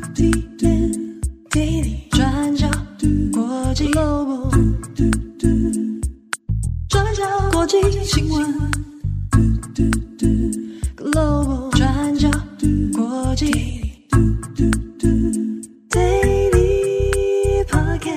转角国际 Global 转角国际新闻 Global 转角国际 Daily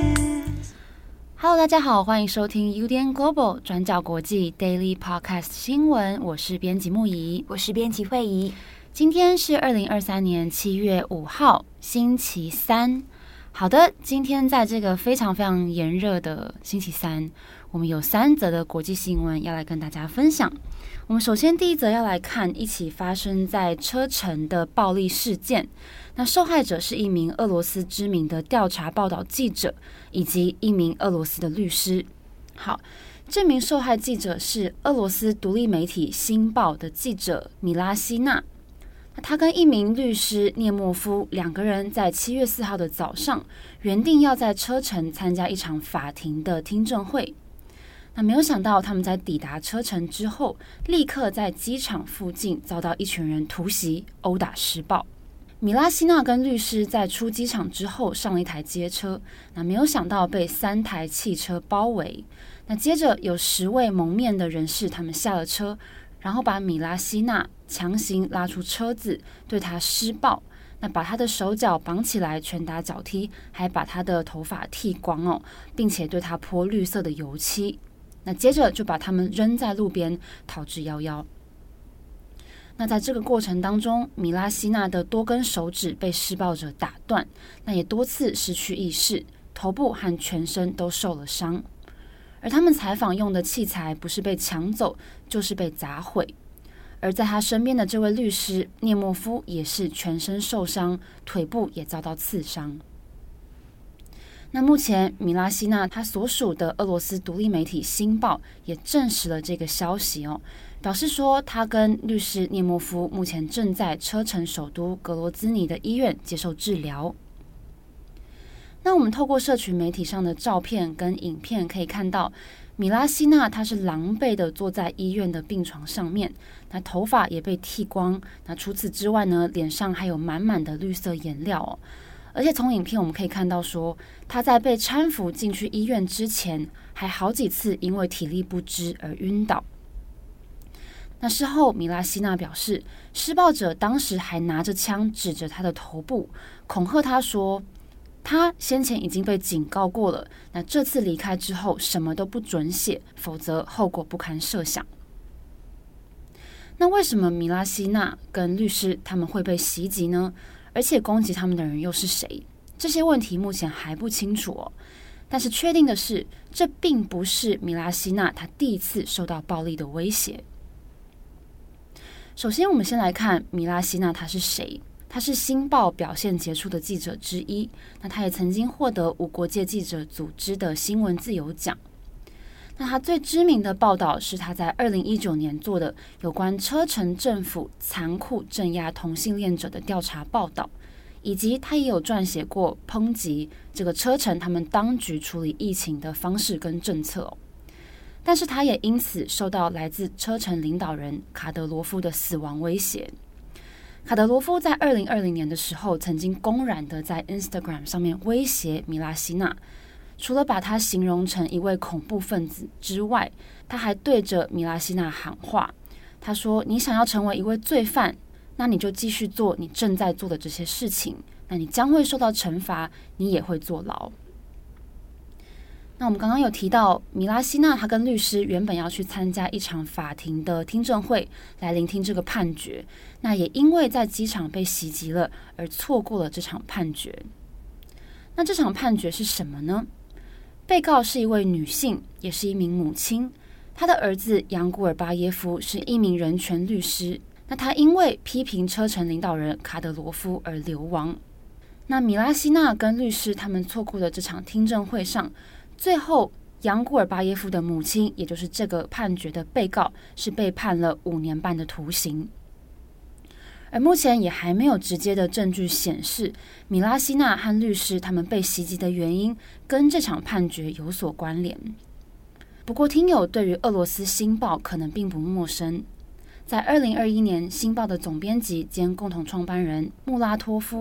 Podcast。Hello， 大家好，欢迎收听 UDN Global 转角国际 Daily Podcast 新闻，我是编辑木仪， 我是编辑慧仪。 今天是2023年7月5号，星期三。好的，今天在这个非常非常炎热的星期三，我们有3则的国际新闻要来跟大家分享。我们首先第一则要来看一起发生在车臣的暴力事件。那受害者是一名俄罗斯知名的调查报道记者，以及一名俄罗斯的律师。好，这名受害记者是俄罗斯独立媒体《新报》的记者米拉西娜。他跟一名律师涅莫夫两个人在7月4号的早上原定要在车臣参加一场法庭的听证会。那没有想到他们在抵达车臣之后，立刻在机场附近遭到一群人突袭、殴打、施暴。米拉西娜跟律师在出机场之后上了一台街车，那没有想到被3台汽车包围。那接着有10位蒙面的人士，他们下了车，然后把米拉西娜强行拉出车子，对她施暴。那把她的手脚绑起来，拳打脚踢，还把她的头发剃光哦，并且对她泼绿色的油漆。那接着就把他们扔在路边，逃之夭夭。那在这个过程当中，米拉西娜的多根手指被施暴者打断，那也多次失去意识，头部和全身都受了伤。而他们采访用的器材不是被抢走，就是被砸毁。而在他身边的这位律师涅莫夫也是全身受伤，腿部也遭到刺伤。那目前米拉西娜她所属的俄罗斯独立媒体《新报》也证实了这个消息哦，表示说他跟律师涅莫夫目前正在车臣首都格罗兹尼的医院接受治疗。那我们透过社群媒体上的照片跟影片可以看到，米拉西娜她是狼狈的坐在医院的病床上面，那头发也被剃光，那除此之外呢，脸上还有满满的绿色颜料哦。而且从影片我们可以看到说，她在被搀扶进去医院之前，还好几次因为体力不支而晕倒。那事后米拉西娜表示，施暴者当时还拿着枪指着她的头部，恐吓她说他先前已经被警告过了，那这次离开之后什么都不准写，否则后果不堪设想。那为什么米拉西娜跟律师他们会被袭击呢？而且攻击他们的人又是谁？这些问题目前还不清楚哦。但是确定的是，这并不是米拉西娜她第一次受到暴力的威胁。首先我们先来看米拉西娜她是谁。他是《新报》表现杰出的记者之一，那他也曾经获得无国界记者组织的新闻自由奖。那他最知名的报道是他在2019年做的有关车臣政府残酷镇压同性恋者的调查报道，以及他也有撰写过抨击这个车臣他们当局处理疫情的方式跟政策哦。但是他也因此受到来自车臣领导人卡德罗夫的死亡威胁。卡德罗夫在2020年的时候，曾经公然的在 Instagram 上面威胁米拉西娜，除了把她形容成一位恐怖分子之外，他还对着米拉西娜喊话。他说：“你想要成为一位罪犯，那你就继续做你正在做的这些事情，那你将会受到惩罚，你也会坐牢。”那我们刚刚有提到，米拉西娜她跟律师原本要去参加一场法庭的听证会，来聆听这个判决。那也因为在机场被袭击了，而错过了这场判决。那这场判决是什么呢？被告是一位女性，也是一名母亲。她的儿子扬古尔巴耶夫是一名人权律师。那他因为批评车臣领导人卡德罗夫而流亡。那米拉西娜跟律师他们错过的这场听证会上，最后扬古尔巴耶夫的母亲，也就是这个判决的被告，是被判了5年半的徒刑。而目前也还没有直接的证据显示米拉西娜和律师他们被袭击的原因跟这场判决有所关联。不过听友对于俄罗斯新报可能并不陌生，在2021年新报的总编辑兼共同创办人穆拉托夫，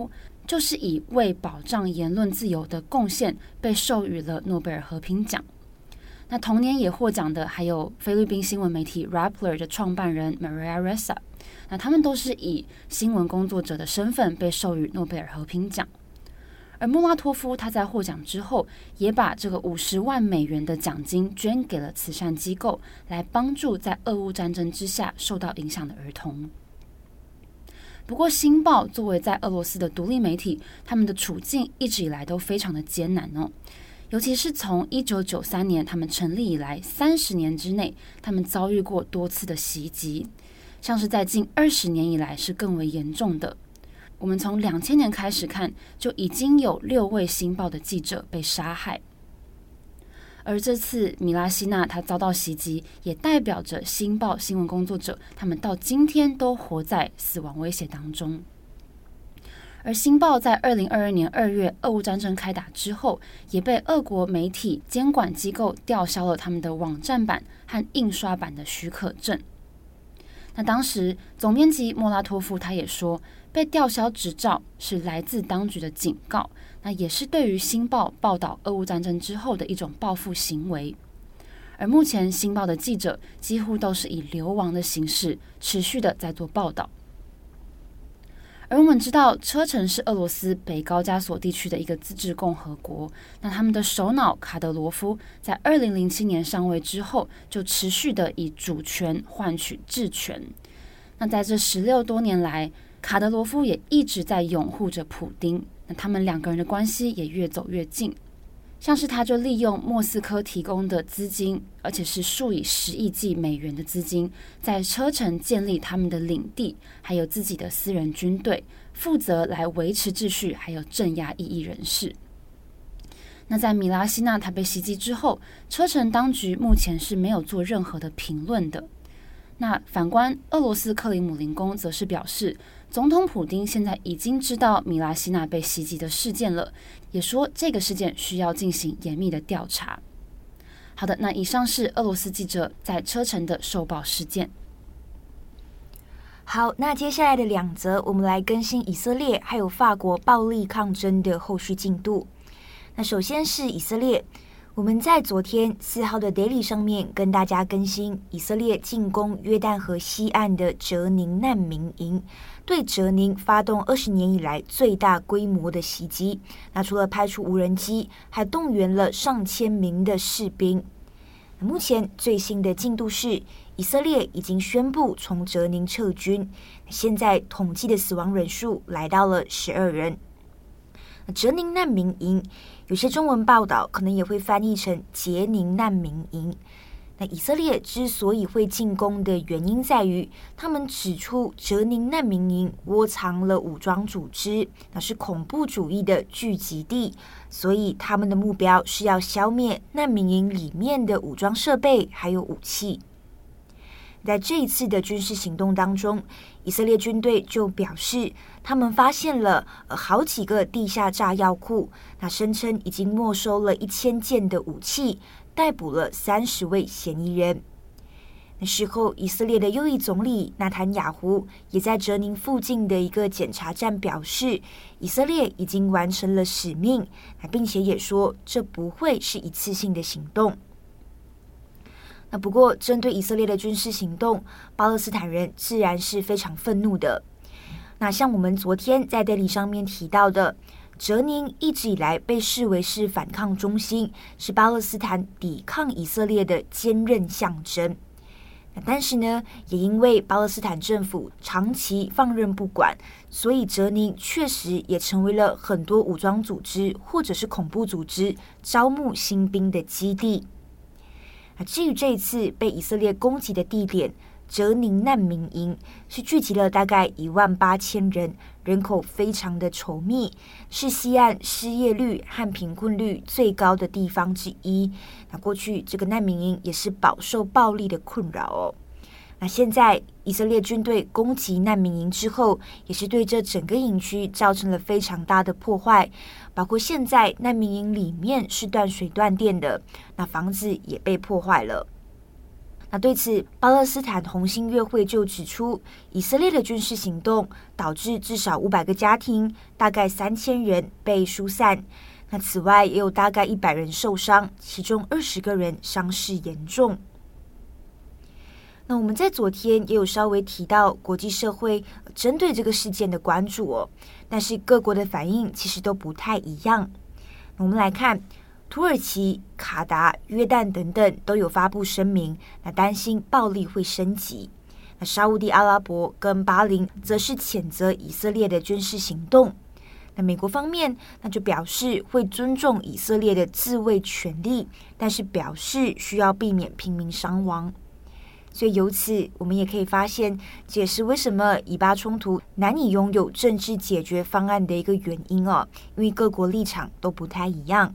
就是以为保障言论自由的贡献被授予了诺贝尔和平奖。那同年也获奖的还有菲律宾新闻媒体 Rappler 的创办人 Maria Ressa， 那他们都是以新闻工作者的身份被授予诺贝尔和平奖。而莫拉托夫他在获奖之后，也把这个50万美元的奖金捐给了慈善机构，来帮助在俄乌战争之下受到影响的儿童。不过，《星报》作为在俄罗斯的独立媒体，他们的处境一直以来都非常的艰难哦。尤其是从1993年他们成立以来30年之内，他们遭遇过多次的袭击，像是在近20年以来是更为严重的。我们从2000年开始看，就已经有6位《星报》的记者被杀害。而这次米拉西娜她遭到袭击，也代表着《星报》新闻工作者他们到今天都活在死亡威胁当中。而《星报》在2022年2月俄乌战争开打之后，也被俄国媒体监管机构吊销了他们的网站版和印刷版的许可证。那当时总编辑莫拉托夫他也说，被吊销执照是来自当局的警告，那也是对于《星报》报道俄乌战争之后的一种报复行为。而目前《星报》的记者几乎都是以流亡的形式持续的在做报道。而我们知道，车臣是俄罗斯北高加索地区的一个自治共和国。那他们的首脑卡德罗夫在2007年上位之后，就持续的以主权换取治权。那在这16多年来，卡德罗夫也一直在拥护着普丁。那他们2个人的关系也越走越近。像是他就利用莫斯科提供的资金，而且是数以10亿计美元的资金，在车臣建立他们的领地，还有自己的私人军队，负责来维持秩序，还有镇压异议人士。那在米拉西娜他被袭击之后，车臣当局目前是没有做任何的评论的。那反观俄罗斯克里姆林宫则是表示，总统普丁现在已经知道米拉西娜被袭击的事件了，也说这个事件需要进行严密的调查。好的，那以上是俄罗斯记者在车臣的受报事件。 好，那接下来的2则，我们来更新以色列还有法国暴力抗争的后续进度。那首先是以色列，我们在昨天4号的 Daily 上面跟大家更新以色列进攻约旦河西岸的哲宁难民营，对哲宁发动20年以来最大规模的袭击。那除了派出无人机，还动员了上千名的士兵。目前最新的进度是，以色列已经宣布从哲宁撤军，现在统计的死亡人数来到了12人。哲宁难民营有些中文报道可能也会翻译成杰宁难民营。那以色列之所以会进攻的原因在于，他们指出哲宁难民营窝藏了武装组织，那是恐怖主义的聚集地，所以他们的目标是要消灭难民营里面的武装设备还有武器。在这一次的军事行动当中，以色列军队就表示，他们发现了好几个地下炸药库，那声称已经没收了1000件的武器，逮捕了30位嫌疑人。那事后，以色列的右翼总理纳坦雅胡也在哲宁附近的一个检查站表示，以色列已经完成了使命，并且也说这不会是一次性的行动。那不过，针对以色列的军事行动，巴勒斯坦人自然是非常愤怒的。那像我们昨天在 Daily 上面提到的，哲宁一直以来被视为是反抗中心，是巴勒斯坦抵抗以色列的坚韧象征。但是呢，也因为巴勒斯坦政府长期放任不管，所以哲宁确实也成为了很多武装组织或者是恐怖组织招募新兵的基地。至于这一次被以色列攻击的地点哲宁难民营，是聚集了大概18000人，人口非常的稠密，是西岸失业率和贫困率最高的地方之一。那过去这个难民营也是饱受暴力的困扰哦。那现在以色列军队攻击难民营之后，也是对这整个营区造成了非常大的破坏，包括现在难民营里面是断水断电的，那房子也被破坏了。 那对此，巴勒斯坦红新月会就指出，以色列的军事行动导致至少500个家庭，大概3000人被疏散。那此外，也有大概100人受伤，其中20个人伤势严重。那我们在昨天也有稍微提到国际社会针对这个事件的关注哦，但是各国的反应其实都不太一样。我们来看，土耳其、卡达、约旦等等都有发布声明，那担心暴力会升级。那沙烏地阿拉伯跟巴林则是谴责以色列的军事行动。那美国方面，那就表示会尊重以色列的自卫权利，但是表示需要避免平民伤亡。所以由此，我们也可以发现，这也是为什么以巴冲突难以拥有政治解决方案的一个原因哦，因为各国立场都不太一样。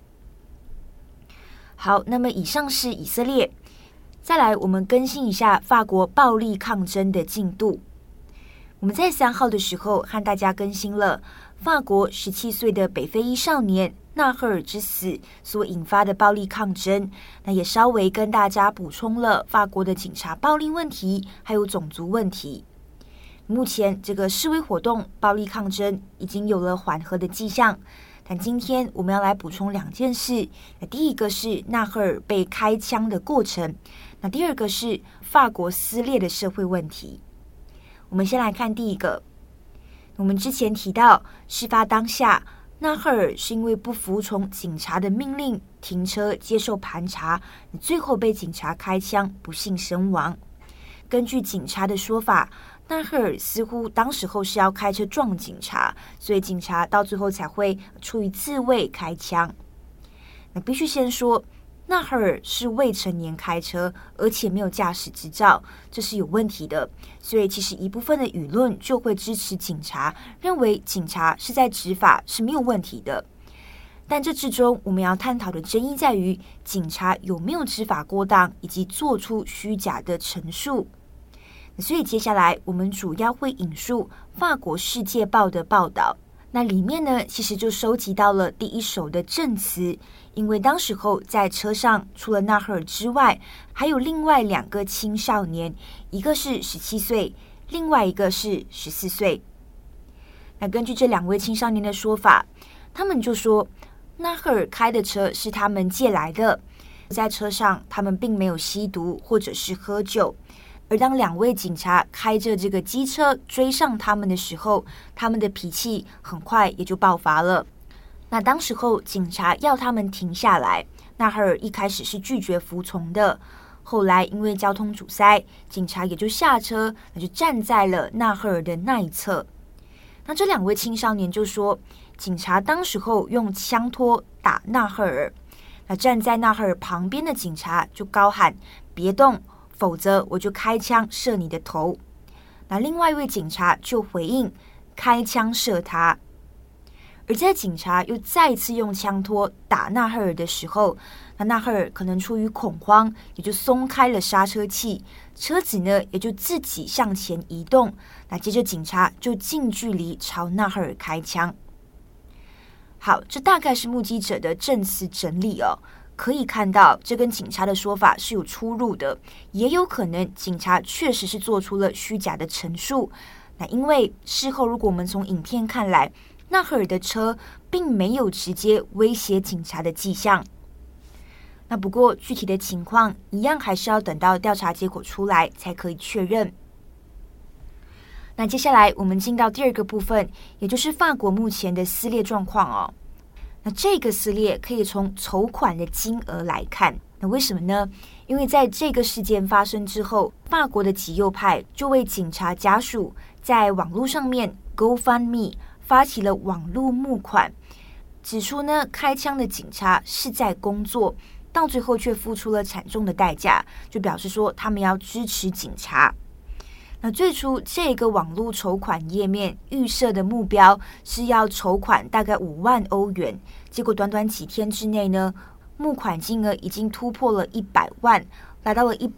好，那么以上是以色列，再来我们更新一下法国暴力抗争的进度。我们在3号的时候和大家更新了法国17岁的北非裔少年纳赫尔之死所引发的暴力抗争，那也稍微跟大家补充了法国的警察暴力问题还有种族问题。目前这个示威活动暴力抗争已经有了缓和的迹象，但今天我们要来补充2件事。那第一个是纳赫尔被开枪的过程，那第二个是法国撕裂的社会问题。我们先来看第一个。我们之前提到，事发当下，纳赫尔是因为不服从警察的命令停车接受盘查，最后被警察开枪，不幸身亡。根据警察的说法，纳赫尔似乎当时候是要开车撞警察，所以警察到最后才会出于自卫开枪。那必须先说，纳赫尔是未成年开车，而且没有驾驶执照，这是有问题的。所以其实一部分的舆论就会支持警察，认为警察是在执法是没有问题的。但这之中我们要探讨的争议在于，警察有没有执法过当，以及做出虚假的陈述。所以接下来我们主要会引述法国世界报的报道，那里面呢其实就收集到了第一手的证词，因为当时候在车上除了纳赫尔之外，还有另外2个青少年，一个是17岁，另外一个是14岁。那根据这2位青少年的说法，他们就说纳赫尔开的车是他们借来的，在车上他们并没有吸毒或者是喝酒。而当2位警察开着这个机车追上他们的时候，他们的脾气很快也就爆发了。那当时候警察要他们停下来，纳赫尔一开始是拒绝服从的，后来因为交通阻塞，警察也就下车，那就站在了纳赫尔的那一侧。那这2位青少年就说，警察当时候用枪托打纳赫尔，那站在纳赫尔旁边的警察就高喊别动，否则我就开枪射你的头。那另外一位警察就回应开枪射他。而在警察又再次用枪托打纳赫尔的时候，那纳赫尔可能出于恐慌，也就松开了刹车器，车子呢也就自己向前移动。那接着警察就近距离朝纳赫尔开枪。好，这大概是目击者的证词整理哦。可以看到，这跟警察的说法是有出入的，也有可能警察确实是做出了虚假的陈述。那因为事后如果我们从影片看来，纳赫尔的车并没有直接威胁警察的迹象。那不过具体的情况一样还是要等到调查结果出来才可以确认。那接下来我们进到第2个部分，也就是法国目前的撕裂状况哦。那这个撕裂可以从筹款的金额来看，那为什么呢？因为在这个事件发生之后，法国的极右派就为警察家属在网络上面 GoFundMe 发起了网络募款，指出呢开枪的警察是在工作，到最后却付出了惨重的代价，就表示说他们要支持警察。那最初这个网络筹款页面预设的目标是要筹款大概5万欧元，结果短短几天之内呢，募款金额已经突破了100万，来到了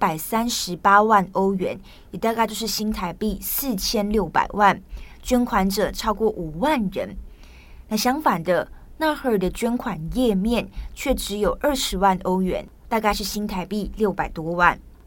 138万欧元，也大概就是新台币4600万，捐款者超过5万人。那相反的，纳赫尔的捐款页面却只有20万欧元，大概是新台币600多万。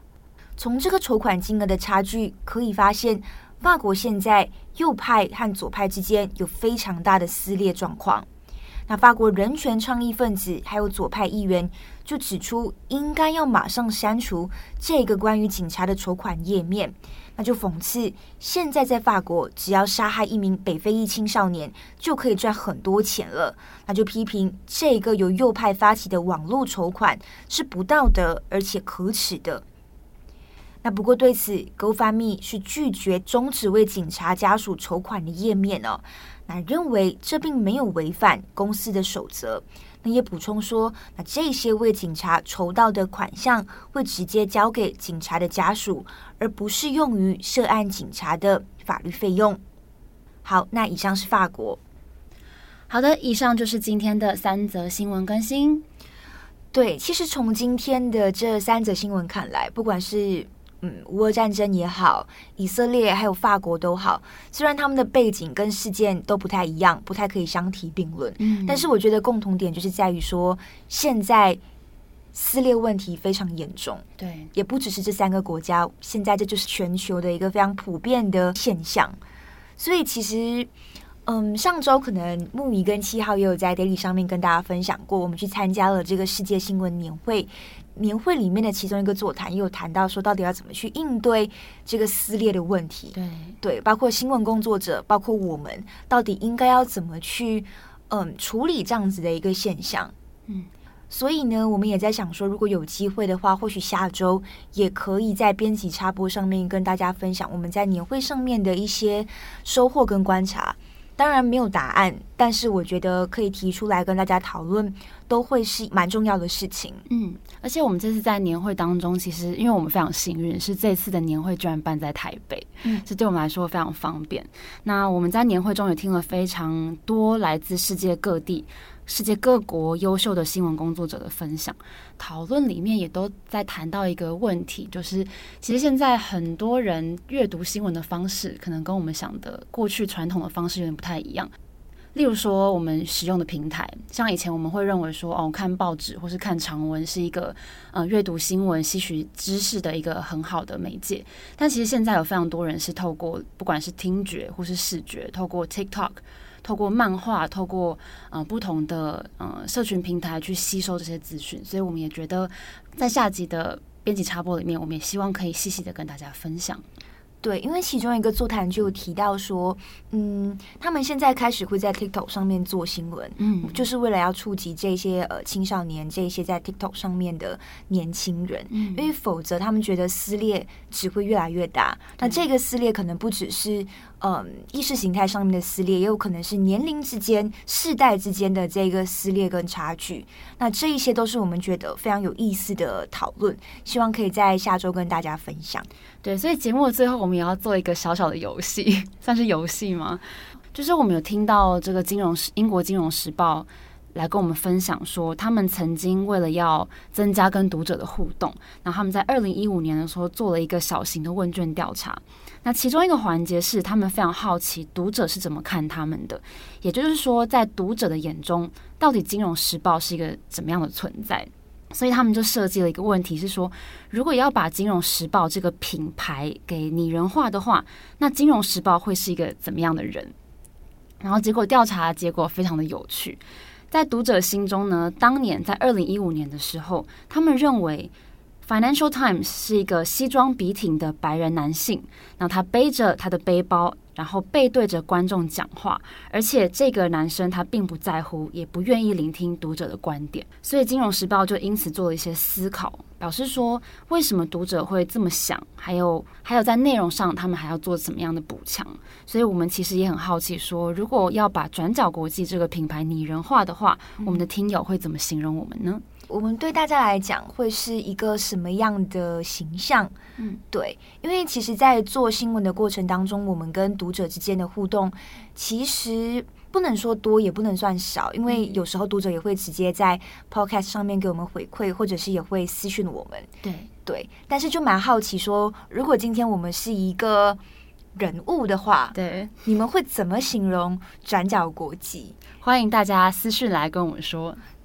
从这个筹款金额的差距可以发现，法国现在右派和左派之间有非常大的撕裂状况。那法国人权倡议分子还有左派议员就指出，应该要马上删除这个关于警察的筹款页面。那就讽刺，现在在法国，只要杀害一名北非裔青少年，就可以赚很多钱了。那就批评这个由右派发起的网络筹款是不道德而且可耻的。那不过对此 ，GoFundMe 是拒绝终止为警察家属筹款的页面哦。那认为这并没有违反公司的守则。那也补充说，那这些为警察筹到的款项会直接交给警察的家属，而不是用于涉案警察的法律费用。好，那以上是法国。 好的，以上就是今天的3则新闻更新。 对，其实从今天的这3则新闻看来，不管是乌俄战争也好，以色列还有法国都好，虽然他们的背景跟事件都不太一样，不太可以相提并论，但是我觉得共同点就是在于说，现在撕裂问题非常严重， 对， 也不只是这3个国家，现在这就是全球的一个非常普遍的现象。所以其实上周可能木米跟7号也有在 Daily 上面跟大家分享过，我们去参加了这个世界新闻年会。年会里面的其中一个座谈也有谈到说，到底要怎么去应对这个撕裂的问题。对，包括新闻工作者，包括我们，到底应该要怎么去处理这样子的一个现象。所以呢，我们也在想说，如果有机会的话，或许下周也可以在编辑插播上面跟大家分享我们在年会上面的一些收获跟观察。当然没有答案，但是我觉得可以提出来跟大家讨论，都会是蛮重要的事情。 而且我们这次在年会当中，其实因为我们非常幸运，是这次的年会居然办在台北，这对我们来说非常方便。那我们在年会中也听了非常多来自世界各地、世界各国优秀的新闻工作者的分享，讨论里面也都在谈到一个问题，就是其实现在很多人阅读新闻的方式，可能跟我们想的过去传统的方式有点不太一样。例如说我们使用的平台，像以前我们会认为说看报纸或是看长文是一个阅读新闻吸取知识的一个很好的媒介，但其实现在有非常多人是透过不管是听觉或是视觉，透过 TikTok， 透过漫画，透过不同的社群平台去吸收这些资讯。所以我们也觉得在下集的编辑插播里面，我们也希望可以细细的跟大家分享。 对，因为其中一个座谈就有提到说，他们现在开始会在 TikTok 上面做新闻，就是为了要触及这些青少年，这些在 TikTok 上面的年轻人，因为否则他们觉得撕裂只会越来越大。那这个撕裂可能不只是意识形态上面的撕裂，也有可能是年龄之间、世代之间的这个撕裂跟差距。那这一些都是我们觉得非常有意思的讨论，希望可以在下周跟大家分享。 对，所以节目的最后我们也要做一个小小的游戏，算是游戏吗？就是我们有听到这个英国金融时报来跟我们分享说，他们曾经为了要增加跟读者的互动，然后他们在2015年的时候做了一个小型的问卷调查。那其中一个环节是他们非常好奇读者是怎么看他们的，也就是说在读者的眼中，到底金融时报是一个怎么样的存在。所以他们就设计了一个问题是说，如果要把金融时报这个品牌给拟人化的话，那金融时报会是一个怎么样的人？然后结果调查结果非常的有趣，在读者心中呢，当年在2015年的时候，他们认为Financial Times 是一个西装笔挺的白人男性，然后他背着他的背包，然后背对着观众讲话，而且这个男生他并不在乎，也不愿意聆听读者的观点。所以金融时报就因此做了一些思考，表示说为什么读者会这么想，还有在内容上他们还要做什么样的补强。所以我们其实也很好奇说，如果要把转角国际这个品牌拟人化的话，我们的听友会怎么形容我们呢？ 我们对大家来讲会是一个什么样的形象？对，因为其实在做新闻的过程当中，我们跟读者之间的互动其实不能说多也不能算少，因为有时候读者也会直接在 podcast 上面给我们回馈，或者是也会私讯我们。对，但是就蛮好奇说，如果今天我们是一个人物的话， 对， 你们会怎么形容转角国际？ 欢迎大家私讯来跟我们说。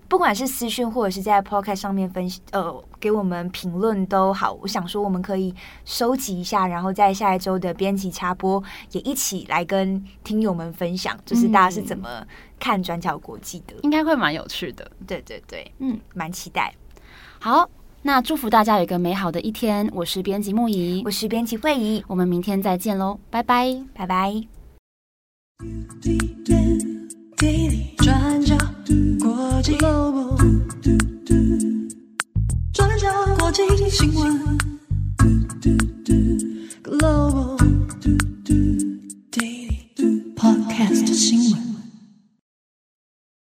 不管是私讯或者是在 Podcast 上面给我们评论都好，我想说我们可以收集一下，然后在下一周的编辑插播也一起来跟听友们分享，就是大家是怎么看转角国际的， 应该会蛮有趣的。 对对对，蛮期待。 好，那祝福大家有一个美好的一天。我是编辑木仪， 我是编辑慧仪， 我们明天再见喽，拜拜， 拜拜。 转角国际，转角国际新闻。